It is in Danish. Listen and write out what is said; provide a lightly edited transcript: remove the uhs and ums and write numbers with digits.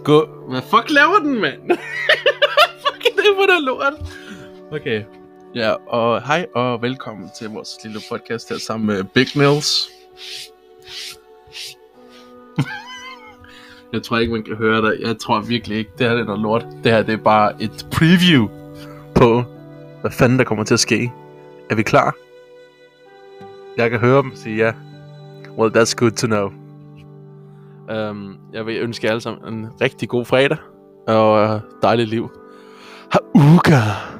Hvad fuck laver den, mand? Fuck er det for noget lort? Okay. Ja, og hej og velkommen til vores lille podcast her sammen med Big Nils. Jeg tror ikke, man kan høre dig. Jeg tror virkelig ikke, det her er noget lort. Det her, det er bare et preview på, hvad fanden der kommer til at ske. Er vi klar? Jeg kan høre dem sige ja. Well, that's good to know. Jeg vil ønske jer alle sammen en rigtig god fredag og dejligt liv. Hauga!